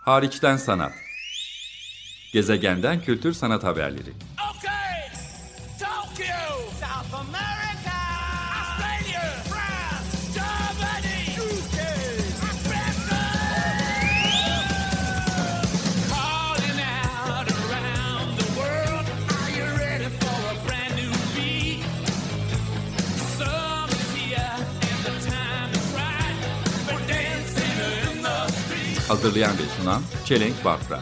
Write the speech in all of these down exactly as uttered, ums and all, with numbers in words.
Hariçten sanat. Gezegenden kültür sanat haberleri. Okay, Tokyo, South America, Australia, France, Germany, U K, Africa. Calling out around the world. Are you ready for a brand new beat? Summer's here and the time is right. We're dancing in the street. Hazırlayan ve sunan Çelenk Bafra.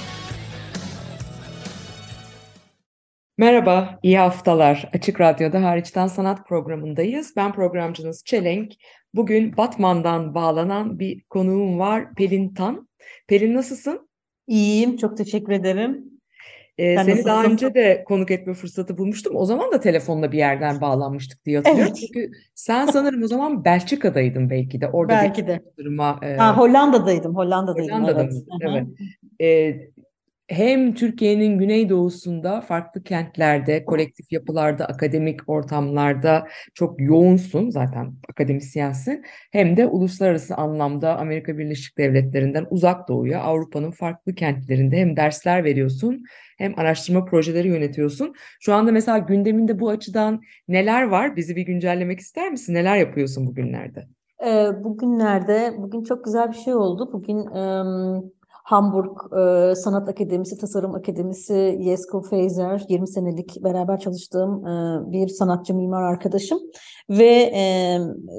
Merhaba, iyi haftalar. Açık Radyo'da Hariçten Sanat programındayız. Ben programcınız Çelenk. Bugün Batman'dan bağlanan bir konuğum var, Pelin Tan. Pelin nasılsın? İyiyim, çok teşekkür ederim. Ee, Sen seni daha nasılsın? önce de konuk etme fırsatı bulmuştum. O zaman da telefonla bir yerden bağlanmıştık diye hatırlıyorum. Evet, Çünkü sen sanırım o zaman Belçika'daydın belki de. Orada bir belki de. araştırma, e, Ha, Hollanda'daydım, Hollanda'daydım, Hollanda'da evet. mıydın? Hı hı. Evet. Ee, Hem Türkiye'nin güneydoğusunda farklı kentlerde, kolektif yapılarda, akademik ortamlarda çok yoğunsun, zaten akademisyensin. Hem de uluslararası anlamda Amerika Birleşik Devletleri'nden Uzak Doğu'ya, Avrupa'nın farklı kentlerinde hem dersler veriyorsun hem araştırma projeleri yönetiyorsun. Şu anda mesela gündeminde bu açıdan neler var? Bizi bir güncellemek ister misin? Neler yapıyorsun bugünlerde? Ee, bugünlerde, bugün çok güzel bir şey oldu. Bugün em, Hamburg e, Sanat Akademisi, Tasarım Akademisi, Jesko Feyzer, yirmi senelik beraber çalıştığım e, bir sanatçı mimar arkadaşım ve e,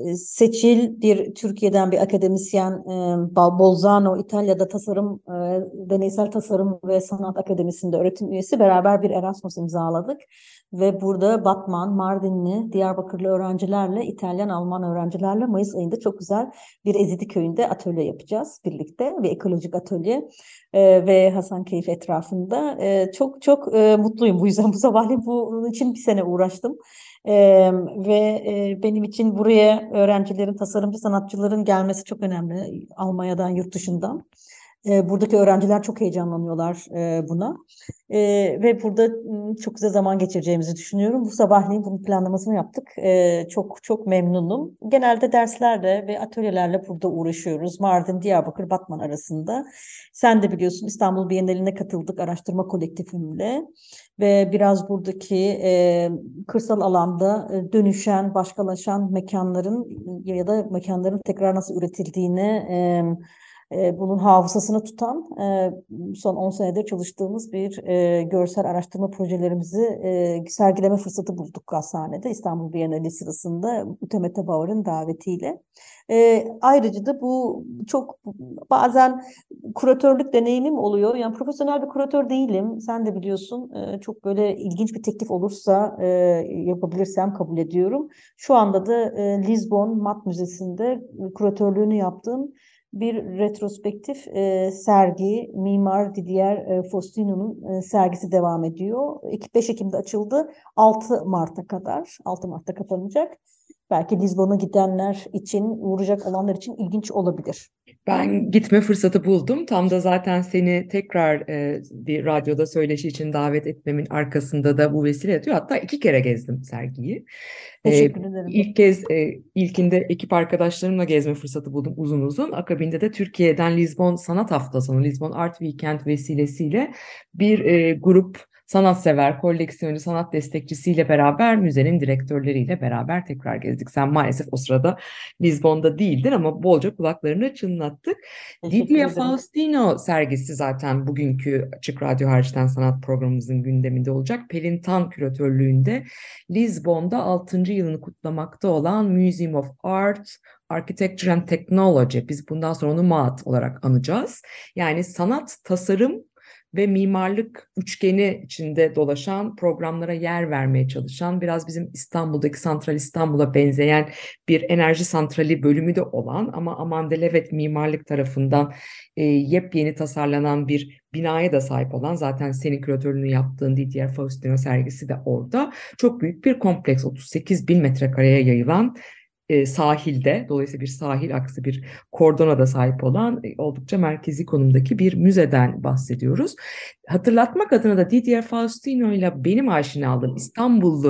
Seçil bir Türkiye'den bir akademisyen, e, Bal- Bolzano İtalya'da tasarım e, deneysel tasarım ve sanat akademisinde öğretim üyesi beraber bir Erasmus imzaladık. Ve burada Batman, Mardinli, Diyarbakırlı öğrencilerle, İtalyan, Alman öğrencilerle Mayıs ayında çok güzel bir Ezidi Köyü'nde atölye yapacağız birlikte. Bir ekolojik atölye Ee, ve Hasankeyf etrafında. Ee, çok çok e, mutluyum bu yüzden bu sabahleyin bunun için bir sene uğraştım. Ee, ve e, benim için buraya öğrencilerin, tasarımcı sanatçıların gelmesi çok önemli. Almanya'dan, yurt dışından. E, buradaki öğrenciler çok heyecanlanıyorlar e, buna. E, ve burada m, çok güzel zaman geçireceğimizi düşünüyorum. Bu sabahleyin bunun planlamasını yaptık. E, çok çok memnunum. Genelde derslerle ve atölyelerle burada uğraşıyoruz. Mardin, Diyarbakır, Batman arasında. Sen de biliyorsun İstanbul Bienalinde katıldık araştırma kolektifimle. Ve biraz buradaki e, kırsal alanda e, dönüşen, başkalaşan mekanların ya da mekanların tekrar nasıl üretildiğini e, e, bunun hafızasını tutan e, son on senedir çalıştığımız bir e, görsel araştırma projelerimizi e, sergileme fırsatı bulduk Gazhane'de İstanbul Bienali sırasında Utemete Bauer'ın davetiyle. E, ayrıca da bu çok bazen kuratörlük deneyimim oluyor. Yani profesyonel bir kuratör değilim. Sen de biliyorsun. E, çok böyle ilginç bir teklif olursa e, yapabilirsem kabul ediyorum. Şu anda da e, Lizbon Mat Müzesi'nde kuratörlüğünü yaptığım bir retrospektif e, sergi, Mimar Didier e, Faustino'nun e, sergisi devam ediyor. beş Ekim'de açıldı, altı Mart'a kadar, altı Mart'ta kapanacak. Belki Lizbon'a gidenler için, uğrayacak olanlar için ilginç olabilir. Ben gitme fırsatı buldum. Tam da zaten seni tekrar e, bir radyoda söyleşi için davet etmemin arkasında da bu vesile yatıyor. Hatta iki kere gezdim sergiyi. E, Teşekkür ederim. ilk kez e, ilkinde ekip arkadaşlarımla gezme fırsatı buldum uzun uzun. Akabinde de Türkiye'den Lizbon Sanat Haftası'nı, Lizbon Art Weekend vesilesiyle bir e, grup sanatsever, koleksiyoncu, sanat destekçisiyle beraber müzenin direktörleriyle beraber tekrar gezdik. Sen maalesef o sırada Lizbon'da değildin ama bolca kulaklarını çınlattık. Teşekkür Didier ederim. Faustino sergisi zaten bugünkü Açık Radyo Hariçten Sanat programımızın gündeminde olacak. Pelin Tan küratörlüğünde Lizbon'da altıncı yılını kutlamakta olan Museum of Art, Architecture and Technology. Biz bundan sonra onu MAAT olarak anacağız. Yani sanat, tasarım ve mimarlık üçgeni içinde dolaşan, programlara yer vermeye çalışan, biraz bizim İstanbul'daki Santral İstanbul'a benzeyen bir enerji santrali bölümü de olan ama Amandelevet mimarlık tarafından e, yepyeni tasarlanan bir binaya da sahip olan, zaten senin küratörlüğünü yaptığın Didier Faustino sergisi de orada. Çok büyük bir kompleks, otuz sekiz bin metrekareye yayılan, e, sahilde, dolayısıyla bir sahil aksı bir kordona da sahip olan e, oldukça merkezi konumdaki bir müzeden bahsediyoruz. Hatırlatmak adına da Didier Faustino ile benim aşinalığım, İstanbullu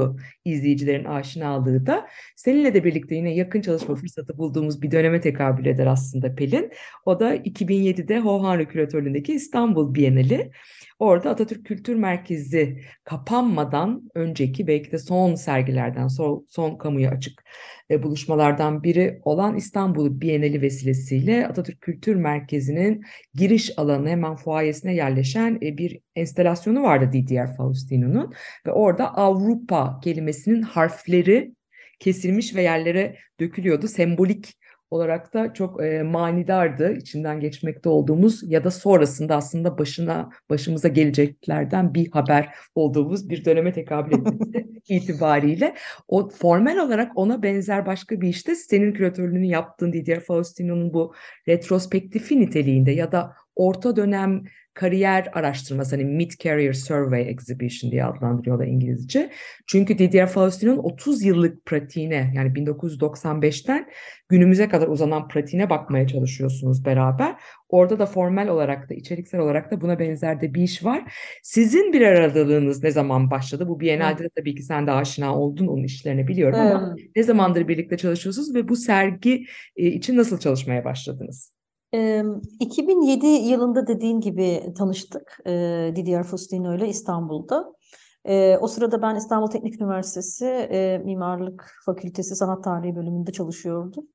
izleyicilerin aşinalığı da seninle de birlikte yine yakın çalışma fırsatı bulduğumuz bir döneme tekabül eder aslında Pelin. O da iki bin yedide Hohenlohe küratörlüğündeki İstanbul Bienali. Orada Atatürk Kültür Merkezi kapanmadan önceki belki de son sergilerden, son, son kamuya açık e, buluşmalardan biri olan İstanbul Bienali vesilesiyle Atatürk Kültür Merkezi'nin giriş alanı hemen fuayesine yerleşen e, bir enstalasyonu vardı Didier Faustino'nun ve orada Avrupa kelimesinin harfleri kesilmiş ve yerlere dökülüyordu. Sembolik olarak da çok e, manidardı içinden geçmekte olduğumuz ya da sonrasında aslında başına başımıza geleceklerden bir haber olduğumuz bir döneme tekabül etmesi itibariyle o formel olarak ona benzer başka bir işte senin küratörlüğünü yaptığın Didier Faustino'nun bu retrospektifi niteliğinde ya da orta dönem kariyer araştırması hani Mid-Career Survey Exhibition diye adlandırıyorlar İngilizce. Çünkü Didier Faustino'nun otuz yıllık pratiğine yani bin dokuz yüz doksan beşten günümüze kadar uzanan pratiğine bakmaya çalışıyorsunuz beraber. Orada da formel olarak da içeriksel olarak da buna benzer de bir iş var. Sizin bir aradalığınız ne zaman başladı? Bu Biennale'de de tabii ki sen de aşina oldun onun işlerine biliyorum ama Evet. ne zamandır birlikte çalışıyorsunuz ve bu sergi e, için nasıl çalışmaya başladınız? Eee, iki bin yedi yılında dediğin gibi tanıştık eee, Didier Faustino ile İstanbul'da. Eee, o sırada ben İstanbul Teknik Üniversitesi eee, Mimarlık Fakültesi Sanat Tarihi bölümünde çalışıyordum.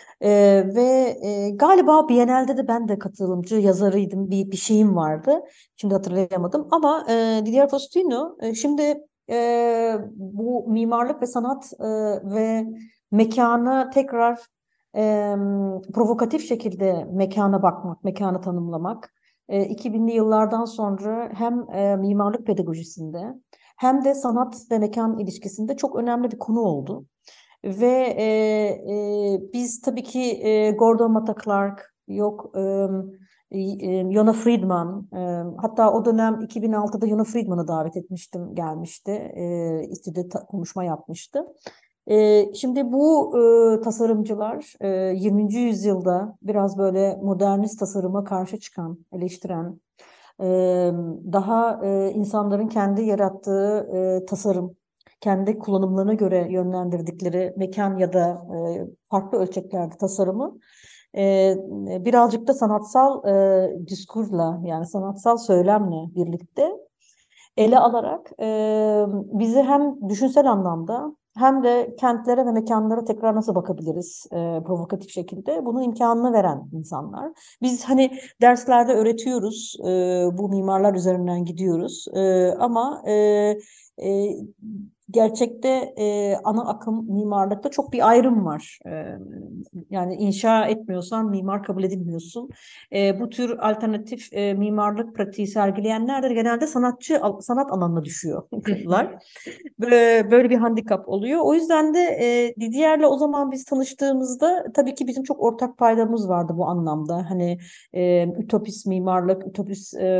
Eee, ve eee, galiba Biennale'de de ben de katılımcı yazarıydım. Bir, bir şeyim vardı. Şimdi hatırlayamadım. Ama eee Didier Faustino eee, şimdi eee, bu mimarlık ve sanat eee, ve mekana tekrar e, provokatif şekilde mekana bakmak, mekanı tanımlamak, e, iki binli yıllardan sonra hem e, mimarlık pedagojisinde hem de sanat ve mekan ilişkisinde çok önemli bir konu oldu. Ve e, e, biz tabii ki e, Gordon Matta Clark, yok e, e, Yona Friedman, e, hatta o dönem iki bin altıda Yona Friedman'ı davet etmiştim, gelmişti, e, İSTÜ'de ta- konuşma yapmıştı. Ee, şimdi bu e, tasarımcılar e, yirminci yüzyılda biraz böyle modernist tasarıma karşı çıkan, eleştiren, e, daha e, insanların kendi yarattığı e, tasarım, kendi kullanımlarına göre yönlendirdikleri mekan ya da e, farklı ölçeklerde tasarımı e, birazcık da sanatsal e, diskurla yani sanatsal söylemle birlikte ele alarak e, bizi hem düşünsel anlamda hem de kentlere ve mekanlara tekrar nasıl bakabiliriz e, provokatif şekilde bunun imkanını veren insanlar. Biz hani derslerde öğretiyoruz, e, bu mimarlar üzerinden gidiyoruz e, ama e, e, gerçekte e, ana akım mimarlıkta çok bir ayrım var. E, yani inşa etmiyorsan mimar kabul edilmiyorsun. E, bu tür alternatif e, mimarlık pratiği sergileyenler de genelde sanatçı sanat alanına düşüyorlar. Böyle, böyle bir handikap oluyor. O yüzden de e, Didier'le o zaman biz tanıştığımızda tabii ki bizim çok ortak paydamız vardı bu anlamda. Hani e, ütopist mimarlık, ütopist e,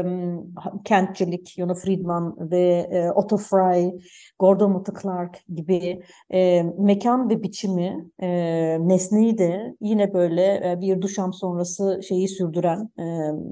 kentçilik, Yona Friedman ve e, Otto Frey, Gordon Matta Clark gibi e, mekan ve biçimi, e, nesneyi de yine böyle e, bir Duchamp sonrası şeyi sürdüren, e,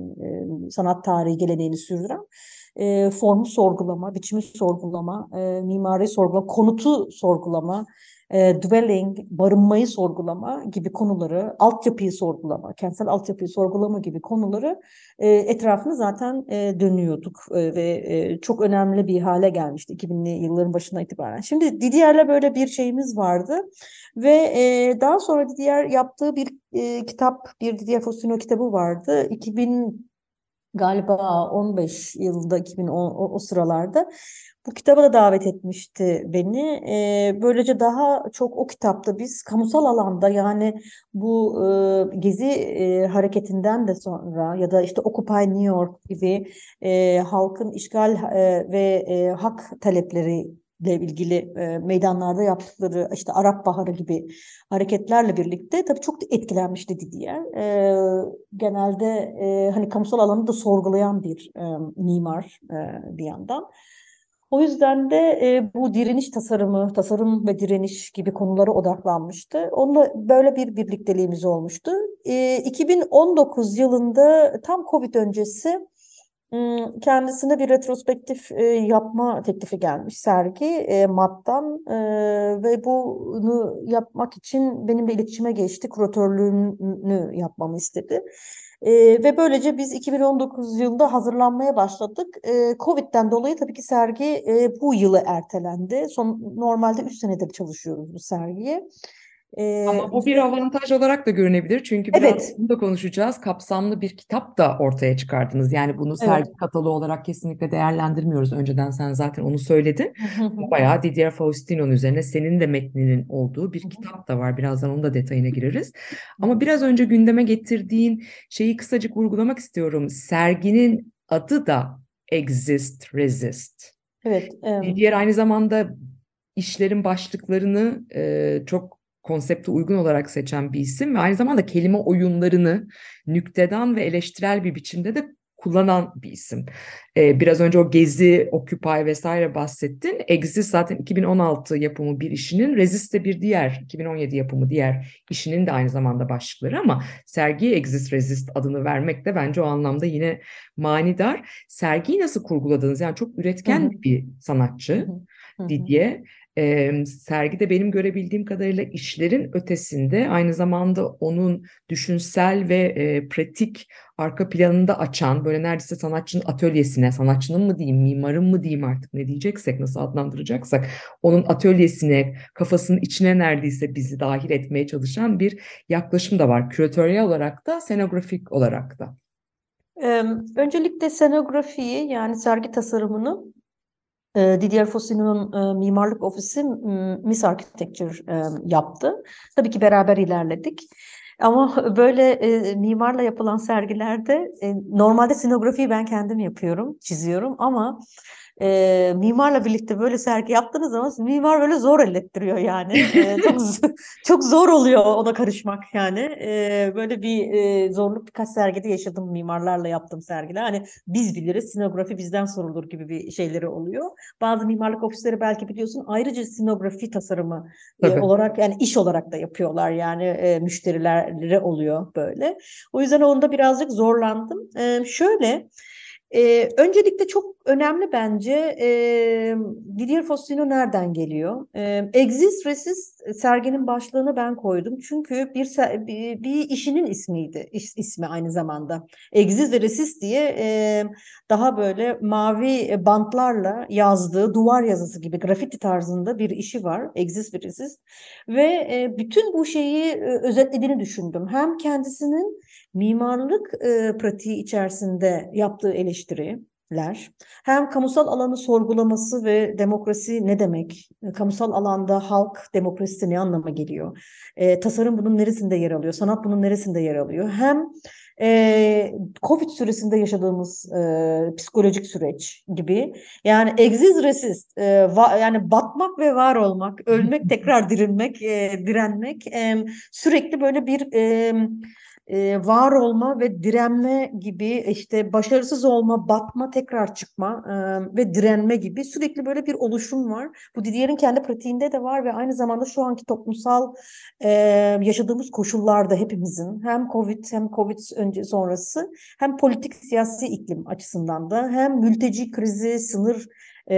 e, sanat tarihi geleneğini sürdüren e, formu sorgulama, biçimi sorgulama, e, mimari sorgulama, konutu sorgulama, e, dwelling, barınmayı sorgulama gibi konuları, altyapıyı sorgulama, kentsel altyapıyı sorgulama gibi konuları e, etrafını zaten e, dönüyorduk e, ve e, çok önemli bir hale gelmişti iki binli yılların başına itibaren. Şimdi Didier'le böyle bir şeyimiz vardı ve e, daha sonra Didier yaptığı bir e, kitap, bir Didier Faustino kitabı vardı. iki bin galiba on beş yılda iki bin on o, o sıralarda bu kitaba da davet etmişti beni. Ee, böylece daha çok o kitapta biz kamusal alanda yani bu e, Gezi e, hareketinden de sonra ya da işte Occupy New York gibi e, halkın işgal e, ve e, hak talepleri ile ilgili e, meydanlarda yaptıkları işte Arap Baharı gibi hareketlerle birlikte tabii çok etkilenmişti Didier. E, genelde e, hani kamusal alanı da sorgulayan bir e, mimar e, bir yandan. O yüzden de e, bu direniş tasarımı, tasarım ve direniş gibi konulara odaklanmıştı. Onunla böyle bir birlikteliğimiz olmuştu. E, iki bin on dokuz yılında tam Covid öncesi ım, kendisine bir retrospektif e, yapma teklifi gelmiş sergi e, MAT'tan e, ve bunu yapmak için benimle iletişime geçti. Kuratörlüğünü yapmamı istedi. E, ve böylece biz iki bin on dokuz yılında hazırlanmaya başladık. E, Covid'den dolayı tabii ki sergi e, bu yılı ertelendi. Son, normalde üç senedir çalışıyoruz bu sergiye. E, Ama bu bir ve avantaj olarak da görünebilir. Çünkü biraz evet, bunu da konuşacağız. Kapsamlı bir kitap da ortaya çıkardınız. Yani bunu evet. sergi kataloğu olarak kesinlikle değerlendirmiyoruz. Önceden sen zaten onu söyledin. Bayağı Didier Faustino'nun üzerine senin de metninin olduğu bir kitap da var. Birazdan onun da detayına gireriz. Ama biraz önce gündeme getirdiğin şeyi kısacık vurgulamak istiyorum. Serginin adı da Exist, Resist. Evet, em, Didier aynı zamanda işlerin başlıklarını e, çok konsepte uygun olarak seçen bir isim ve aynı zamanda kelime oyunlarını nüktedan ve eleştirel bir biçimde de kullanan bir isim. E, biraz önce o Gezi, Occupy vesaire bahsettin. Exist zaten iki bin on altı yapımı bir işinin, Resist de bir diğer iki bin on yedi yapımı diğer işinin de aynı zamanda başlıkları ama sergiye Exist Resist adını vermek de bence o anlamda yine manidar. Sergiyi nasıl kurguladınız? Yani çok hı üretken hı, bir hı sanatçı hı, hı hı. Didier. Ee, sergide benim görebildiğim kadarıyla işlerin ötesinde aynı zamanda onun düşünsel ve e, pratik arka planını da açan böyle neredeyse sanatçının atölyesine, sanatçının mı diyeyim, mimarın mı diyeyim artık ne diyeceksek, nasıl adlandıracaksak onun atölyesine, kafasının içine neredeyse bizi dahil etmeye çalışan bir yaklaşım da var. Küratöryel olarak da, senografik olarak da. Em, Öncelikle scenografiyi yani sergi tasarımını e, Didier Fossino'nun e, mimarlık ofisi m, Miss Architecture e, yaptı. Tabii ki beraber ilerledik. Ama böyle e, mimarla yapılan sergilerde e, normalde scenografiyi ben kendim yapıyorum, çiziyorum ama e, mimarla birlikte böyle sergi yaptığınız zaman mimar böyle zor ellettiriyor yani. E, çok z- çok zor oluyor ona karışmak yani. E, böyle bir e, zorluk birkaç sergide yaşadım mimarlarla yaptığım sergiler. Hani biz biliriz, scenografi bizden sorulur gibi bir şeyleri oluyor. Bazı mimarlık ofisleri belki biliyorsun ayrıca scenografi tasarımı e, Tabii. olarak yani iş olarak da yapıyorlar yani e, müşterilere oluyor böyle. O yüzden onda birazcık zorlandım. E, şöyle e, öncelikle çok önemli bence e, Didier Faustino nereden geliyor? E, Exist Resist serginin başlığını ben koydum. Çünkü bir, se- bir, bir işinin ismiydi. İs, ismi aynı zamanda. Exist ve Resist diye e, daha böyle mavi bantlarla yazdığı duvar yazısı gibi grafiti tarzında bir işi var. Exist ve Resist. Ve e, bütün bu şeyi e, özetlediğini düşündüm. Hem kendisinin mimarlık e, pratiği içerisinde yaptığı eleştiriler, hem kamusal alanı sorgulaması ve demokrasi ne demek? E, Kamusal alanda halk demokrasisi ne anlama geliyor? E, tasarım bunun neresinde yer alıyor? Sanat bunun neresinde yer alıyor? Hem e, Covid süresinde yaşadığımız e, psikolojik süreç gibi. Yani exist resist, e, va- yani batmak ve var olmak, ölmek, tekrar dirilmek, e, direnmek, e, sürekli böyle bir e, e, var olma ve direnme gibi işte başarısız olma, batma, tekrar çıkma e, ve direnme gibi sürekli böyle bir oluşum var. Bu Didier'in kendi pratiğinde de var ve aynı zamanda şu anki toplumsal e, yaşadığımız koşullarda hepimizin hem Covid hem Covid önce sonrası hem politik siyasi iklim açısından da hem mülteci krizi, sınır e,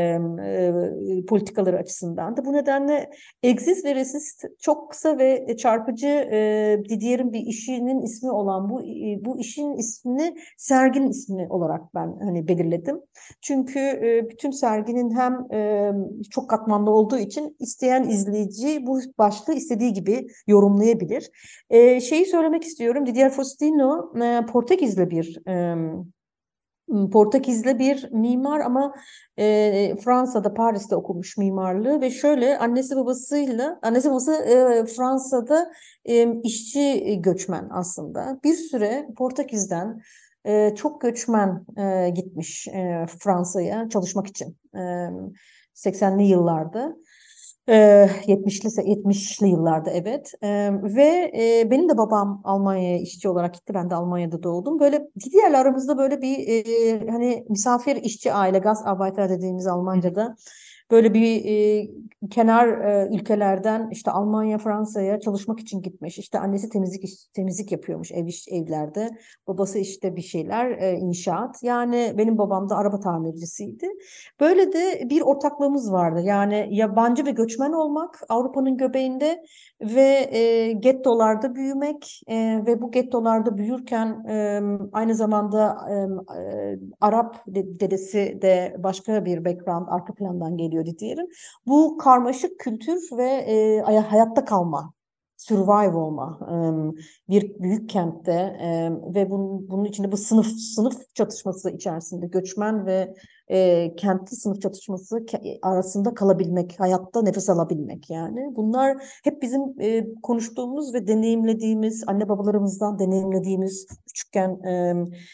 e, politikaları açısından da bu nedenle Exist ve Resist çok kısa ve çarpıcı e, Didier'in bir işinin ismi olan bu e, bu işin ismini serginin ismi olarak ben hani belirledim. Çünkü e, bütün serginin hem e, çok katmanlı olduğu için isteyen izleyici bu başlığı istediği gibi yorumlayabilir. E, şeyi söylemek istiyorum. Didier Faustino e, Portekizli bir e, Portekizli bir mimar ama e, Fransa'da, Paris'te okumuş mimarlığı ve şöyle annesi babasıyla, annesi babası e, Fransa'da e, işçi göçmen aslında. Bir süre Portekiz'den e, çok göçmen e, gitmiş e, Fransa'ya çalışmak için e, seksenli yıllarda. Ee, yetmişli yetmişli yıllarda evet. Ee, ve e, benim de babam Almanya'ya işçi olarak gitti. Ben de Almanya'da doğdum. Böyle Didier'le aramızda böyle bir e, hani misafir işçi aile, Gastarbeiter dediğimiz Almanca'da Böyle bir e, kenar e, ülkelerden işte Almanya, Fransa'ya çalışmak için gitmiş. İşte annesi temizlik iş- temizlik yapıyormuş ev iş, evlerde. Babası işte bir şeyler e, inşaat. Yani benim babam da araba tamircisiydi. Böyle de bir ortaklığımız vardı. Yani yabancı ve göçmen olmak Avrupa'nın göbeğinde ve e, gettolarda büyümek e, ve bu gettolarda büyürken e, aynı zamanda e, e, Arap de- dedesi de başka bir background, arka plandan geliyordu diyelim. Bu karmaşık kültür ve e, aya- hayatta kalma, survive olma e, bir büyük kentte e, ve bunun, bunun içinde bu sınıf sınıf çatışması içerisinde göçmen ve e, kentli sınıf çatışması ke- arasında kalabilmek, hayatta nefes alabilmek yani. Bunlar hep bizim e, konuştuğumuz ve deneyimlediğimiz, anne babalarımızdan deneyimlediğimiz, küçükken e,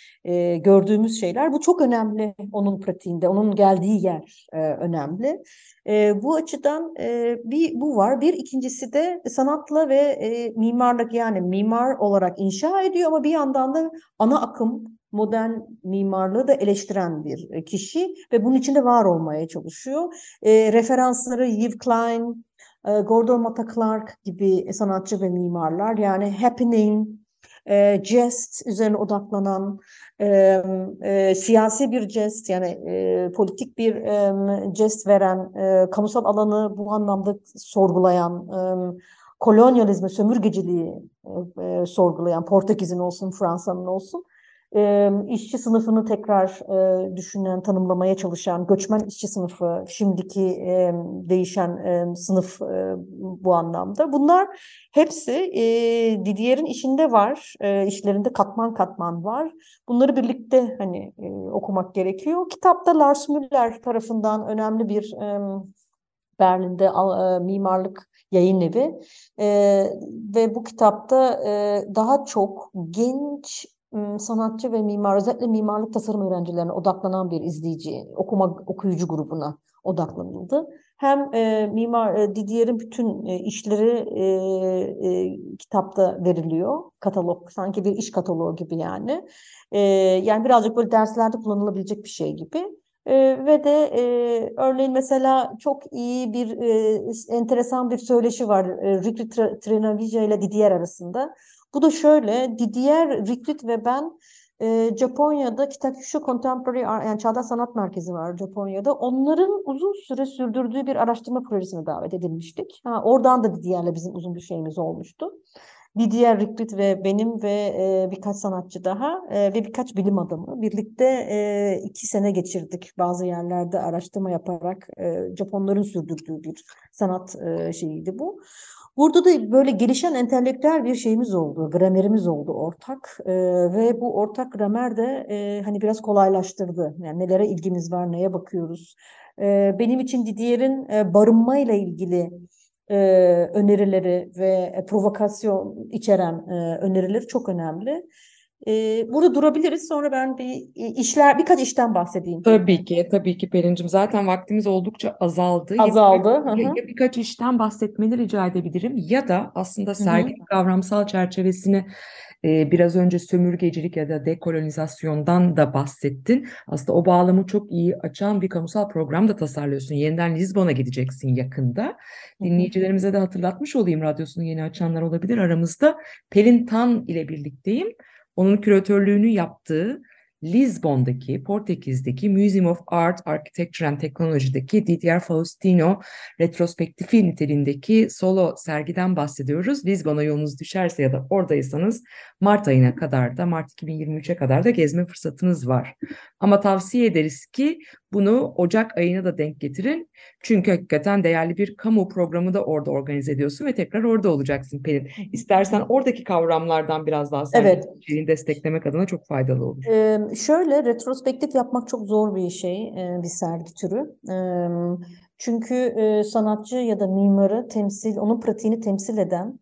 e, gördüğümüz şeyler. Bu çok önemli onun pratiğinde, onun geldiği yer e, önemli. E, bu açıdan e, bir bu var. Bir ikincisi de sanatla ve e, mimarlık yani mimar olarak inşa ediyor ama bir yandan da ana akım modern mimarlığı da eleştiren bir e, kişi ve bunun içinde var olmaya çalışıyor. E, referansları Yves Klein, e, Gordon Matta Clark gibi sanatçı ve mimarlar yani happening, e, jest üzerine odaklanan e, e, siyasi bir jest yani e, politik bir e, jest veren, e, kamusal alanı bu anlamda sorgulayan, e, kolonyalizmi, sömürgeciliği e, e, sorgulayan, Portekiz'in olsun, Fransa'nın olsun, e, işçi sınıfını tekrar e, düşünen, tanımlamaya çalışan, göçmen işçi sınıfı, şimdiki e, değişen e, sınıf e, bu anlamda. Bunlar hepsi e, Didier'in işinde var, e, işlerinde katman katman var. Bunları birlikte hani e, okumak gerekiyor. Kitapta Lars Müller tarafından önemli bir e, Berlin'de e, mimarlık yayın evi e, ve bu kitapta e, daha çok genç m, sanatçı ve mimar, özellikle mimarlık tasarım öğrencilerine odaklanan bir izleyici, okuma okuyucu grubuna odaklanıldı. Hem e, mimar e, Didier'in bütün e, işleri e, e, kitapta veriliyor, katalog, sanki bir iş kataloğu gibi yani. E, yani birazcık böyle derslerde kullanılabilecek bir şey gibi. Ee, ve de e, örneğin mesela çok iyi bir e, enteresan bir söyleşi var e, Rikrit Trinavice ile Didier arasında. Bu da şöyle: Didier, Rikrit ve ben e, Japonya'da Kitakyushu Contemporary Art, yani Çağdaş Sanat Merkezi var Japonya'da. Onların uzun süre sürdürdüğü bir araştırma projesine davet edilmiştik. Ha, oradan da Didier'le bizim uzun bir şeyimiz olmuştu. Didier Rikrit ve benim ve e, birkaç sanatçı daha e, ve birkaç bilim adamı birlikte e, iki sene geçirdik bazı yerlerde araştırma yaparak. E, Japonların sürdürdüğü bir sanat e, şeyiydi bu. Burada da böyle gelişen entelektüel bir şeyimiz oldu, gramerimiz oldu ortak. E, ve bu ortak gramer de e, hani biraz kolaylaştırdı. Yani nelere ilgimiz var, neye bakıyoruz. E, benim için Didier'in e, barınmayla ilgili e, önerileri ve e, provokasyon içeren e, önerileri çok önemli. E, burada durabiliriz. Sonra ben bir e, işler, birkaç işten bahsedeyim. Tabii ki, tabii ki Pelin'cim. Zaten vaktimiz oldukça azaldı. Ya, Azaldı. Hı ya, hı. ya birkaç işten bahsetmeni rica edebilirim ya da aslında Hı hı. serginin kavramsal çerçevesini e, biraz önce sömürgecilik ya da dekolonizasyondan da bahsettin. Aslında o bağlamı çok iyi açan bir kamusal program da tasarlıyorsun. Yeniden Lizbon'a gideceksin yakında. Hı hı. Dinleyicilerimize de hatırlatmış olayım, radyosunu yeni açanlar olabilir. Aramızda Pelin Tan ile birlikteyim. Onun küratörlüğünü yaptığı Lizbon'daki, Portekiz'deki Museum of Art, Architecture and Technology'deki Didier Faustino retrospektifi niteliğindeki solo sergiden bahsediyoruz. Lizbon'a yolunuz düşerse ya da oradaysanız Mart ayına kadar da, Mart iki bin yirmi üçe kadar da gezme fırsatınız var. Ama tavsiye ederiz ki bunu Ocak ayına da denk getirin. Çünkü hakikaten değerli bir kamu programı da orada organize ediyorsun ve tekrar orada olacaksın Pelin. İstersen oradaki kavramlardan biraz daha sergi Evet. içeriğini desteklemek adına çok faydalı olur. Ee, şöyle retrospektif yapmak çok zor bir şey, e, bir sergi türü. Ee, çünkü e, sanatçı ya da mimarı temsil, onun pratiğini temsil eden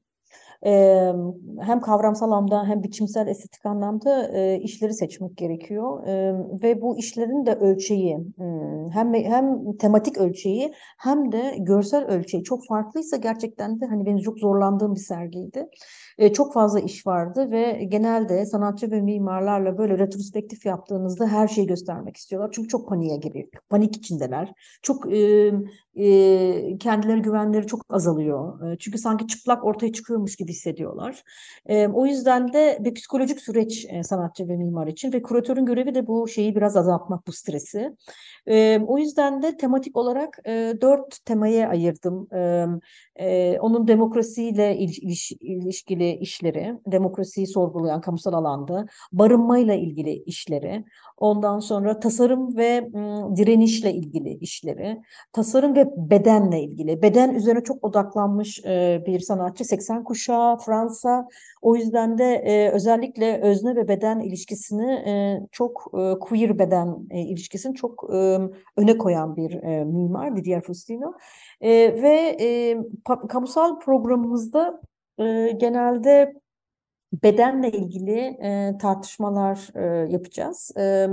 e, hem kavramsal anlamda hem biçimsel estetik anlamda e, işleri seçmek gerekiyor. E, ve bu işlerin de ölçeği, hmm, hem hem tematik ölçeği hem de görsel ölçeği çok farklıysa gerçekten de hani benim çok zorlandığım bir sergiydi. E, çok fazla iş vardı ve genelde sanatçı ve mimarlarla böyle retrospektif yaptığınızda her şeyi göstermek istiyorlar. Çünkü çok paniğe giriyor. Panik içindeler. Çok e, e, kendileri güvenleri çok azalıyor. E, çünkü sanki çıplak ortaya çıkıyormuş gibi hissediyorlar. E, o yüzden de bir psikolojik süreç e, sanatçı ve mimar için ve küratörün görevi de bu şeyi biraz azaltmak, bu stresi. E, o yüzden de tematik olarak e, dört temaya ayırdım. E, e, onun demokrasiyle il, iliş, ilişkili işleri, demokrasiyi sorgulayan kamusal alanda, barınmayla ilgili işleri, ondan sonra tasarım ve m, direnişle ilgili işleri, tasarım ve bedenle ilgili. Beden üzerine çok odaklanmış e, bir sanatçı. seksen kuşağı, Fransa. O yüzden de e, özellikle özne ve beden ilişkisini e, çok e, queer beden e, ilişkisini çok e, öne koyan bir e, mimar Didier Faustino. E, ve e, pa- kamusal programımızda e, genelde bedenle ilgili e, tartışmalar e, yapacağız. E,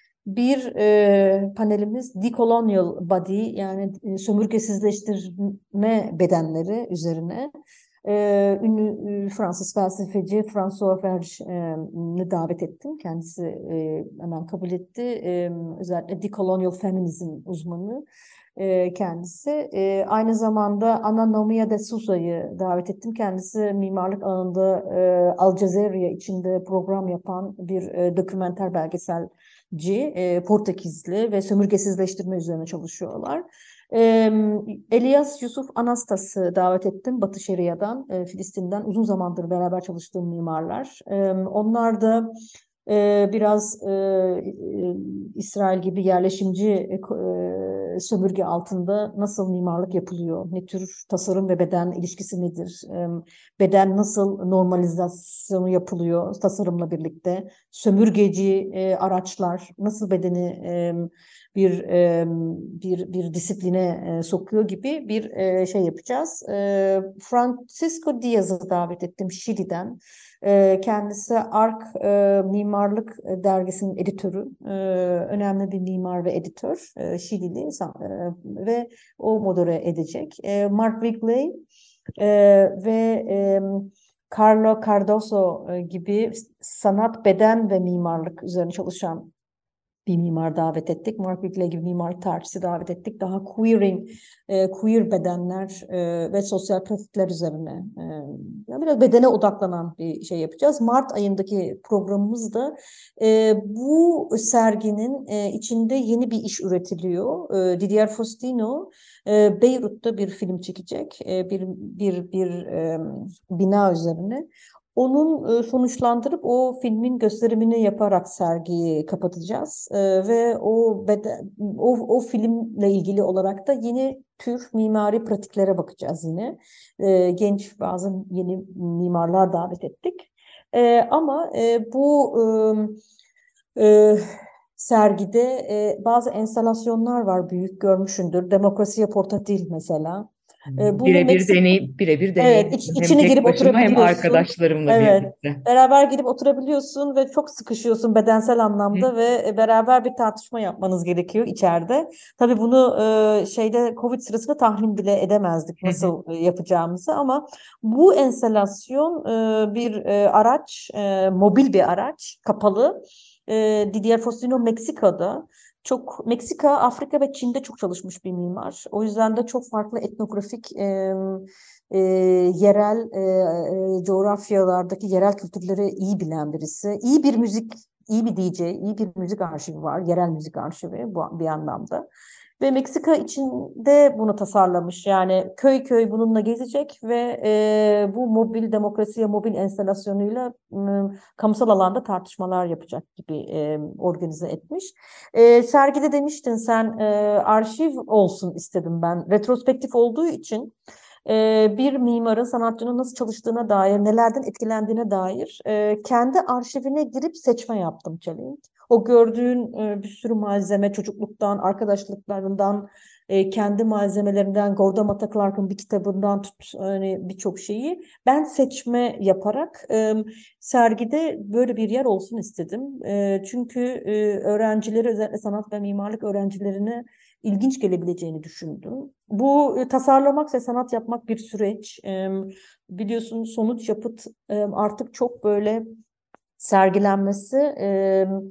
bir e, panelimiz Decolonial Body, yani e, sömürgesizleştirme bedenleri üzerine. E, ünlü e, Fransız felsefeci François Verge'ni davet ettim. Kendisi e, hemen kabul etti. E, özellikle decolonial feminizm uzmanı e, kendisi. E, aynı zamanda Ana Nomia de Sousa'yı davet ettim. Kendisi mimarlık alanında e, Al Jazeera içinde program yapan bir e, dokümenter belgeselci, e, Portekizli ve sömürgesizleştirme üzerine çalışıyorlar. E, Elias Yusuf Anastas'ı davet ettim Batı Şeria'dan, e, Filistin'den uzun zamandır beraber çalıştığım mimarlar. E, onlar da e, biraz e, e, İsrail gibi yerleşimci e, e, sömürge altında nasıl mimarlık yapılıyor? Ne tür tasarım ve beden ilişkisi nedir? E, beden nasıl normalizasyonu yapılıyor tasarımla birlikte? Sömürgeci e, araçlar nasıl bedeni e, bir e, bir bir disipline e, sokuyor gibi bir e, şey yapacağız. E, Francisco Diaz'ı davet ettim Şili'den. E, kendisi Ark e, Mimarlık Dergisi'nin editörü, e, önemli bir mimar ve editör, e, Şilili e, ve o modere edecek. E, Mark Wigley e, ve e, Carlo Cardoso e, gibi sanat, beden ve mimarlık üzerine çalışan bir mimar davet ettik. Mark Wigley gibi mimar tarihçisi davet ettik. Daha queering, e, queer bedenler e, ve sosyal pratikler üzerine e, yani biraz bedene odaklanan bir şey yapacağız. Mart ayındaki programımızda e, bu serginin e, içinde yeni bir iş üretiliyor. E, Didier Faustino e, Beyrut'ta bir film çekecek. E, bir bir bir e, bina üzerine. Onun sonuçlandırıp o filmin gösterimini yaparak sergiyi kapatacağız. Ee, ve o, beden, o o filmle ilgili olarak da yeni tür mimari pratiklere bakacağız yine. Ee, genç bazı yeni mimarlar davet ettik. Ee, ama e, bu e, e, sergide e, bazı enstalasyonlar var, büyük görmüşsündür. Demokrasiye Portatil mesela. E, bunu Birebir Meksika deneyim, birebir Evet, deneyim. iç, Hem içine tek girip başıma hem oturabiliyorsun. arkadaşlarımla Evet, birlikte. beraber girip oturabiliyorsun ve çok sıkışıyorsun bedensel Hı. anlamda ve beraber bir tartışma yapmanız gerekiyor içeride. Tabii bunu e, şeyde Covid sırasında tahmin bile edemezdik Hı hı. nasıl e, yapacağımızı, ama bu enstalasyon e, bir e, araç, e, mobil bir araç, kapalı. E, Didier Faustino Meksika'da. Çok Meksika, Afrika ve Çin'de çok çalışmış bir mimar. O yüzden de çok farklı etnografik e, e, yerel e, e, coğrafyalardaki yerel kültürleri iyi bilen birisi. İyi bir müzik, iyi bir D J, iyi bir müzik arşivi var. Yerel müzik arşivi bu bir anlamda. Ve Meksika içinde bunu tasarlamış. Yani köy köy bununla gezecek ve e, bu mobil demokrasiye, mobil enstalasyonuyla e, kamusal alanda tartışmalar yapacak gibi e, organize etmiş. E, sergide demiştin sen, e, arşiv olsun istedim ben. Retrospektif olduğu için e, bir mimarın, sanatçının nasıl çalıştığına dair, nelerden etkilendiğine dair e, kendi arşivine girip seçme yaptım Çelenk. O gördüğün e, bir sürü malzeme, çocukluktan, arkadaşlıklarından, e, kendi malzemelerinden, Gorda Mata Clark'ın bir kitabından tut, hani birçok şeyi ben seçme yaparak e, sergide böyle bir yer olsun istedim. E, çünkü e, öğrencileri, özellikle sanat ve mimarlık öğrencilerine ilginç gelebileceğini düşündüm. Bu e, tasarlamak ve sanat yapmak bir süreç. E, biliyorsun sonuç yapıt e, artık çok böyle sergilenmesi e,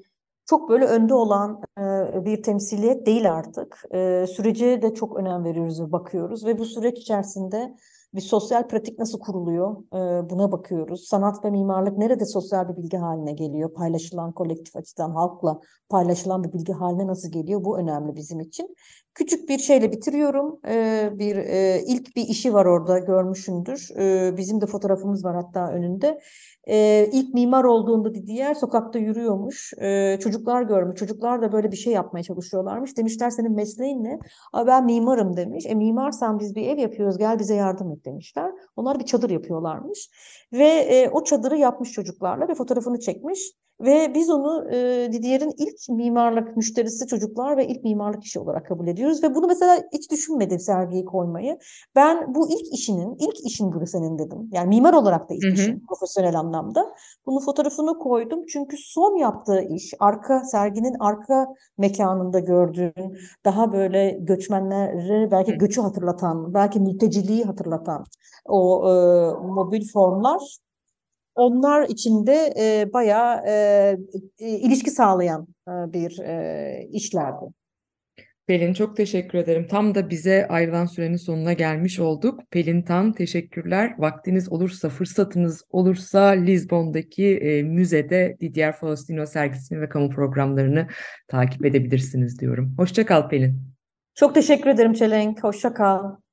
çok böyle önde olan e, bir temsiliyet değil artık. E, sürece de çok önem veriyoruz ve bakıyoruz ve bu süreç içerisinde bir sosyal pratik nasıl kuruluyor, e, buna bakıyoruz. Sanat ve mimarlık nerede sosyal bir bilgi haline geliyor, paylaşılan kolektif açıdan halkla paylaşılan bir bilgi haline nasıl geliyor, bu önemli bizim için. Küçük bir şeyle bitiriyorum. E, bir e, ilk bir işi var orada, görmüşsündür. E, bizim de fotoğrafımız var hatta önünde. Ee, ilk mimar olduğunda Didier sokakta yürüyormuş. Ee, çocuklar görmüş. Çocuklar da böyle bir şey yapmaya çalışıyorlarmış. Demişler senin mesleğin ne? Aa, ben mimarım demiş. E mimarsan biz bir ev yapıyoruz. Gel bize yardım et demişler. Onlar bir çadır yapıyorlarmış. Ve e, o çadırı yapmış çocuklarla ve fotoğrafını çekmiş. Ve biz onu e, Didier'in ilk mimarlık müşterisi çocuklar ve ilk mimarlık işi olarak kabul ediyoruz. Ve bunu mesela hiç düşünmedim sergiyi koymayı. Ben bu ilk işinin, ilk işin bu senin dedim. Yani mimar olarak da Hı ilk hı. işin profesyonel anlamda. Bunun fotoğrafını koydum çünkü son yaptığı iş, arka serginin arka mekanında gördüğün, daha böyle göçmenleri belki Hı. göçü hatırlatan, belki mülteciliği hatırlatan o e, mobil formlar, onlar içinde e, bayağı e, e, ilişki sağlayan e, bir e, işlerdi. Pelin çok teşekkür ederim. Tam da bize ayrılan sürenin sonuna gelmiş olduk. Pelin Tan teşekkürler. Vaktiniz olursa, fırsatınız olursa Lizbon'daki e, müzede Didier Faustino sergisini ve kamu programlarını takip edebilirsiniz diyorum. Hoşça kal Pelin. Çok teşekkür ederim Çelenk. Hoşça kal.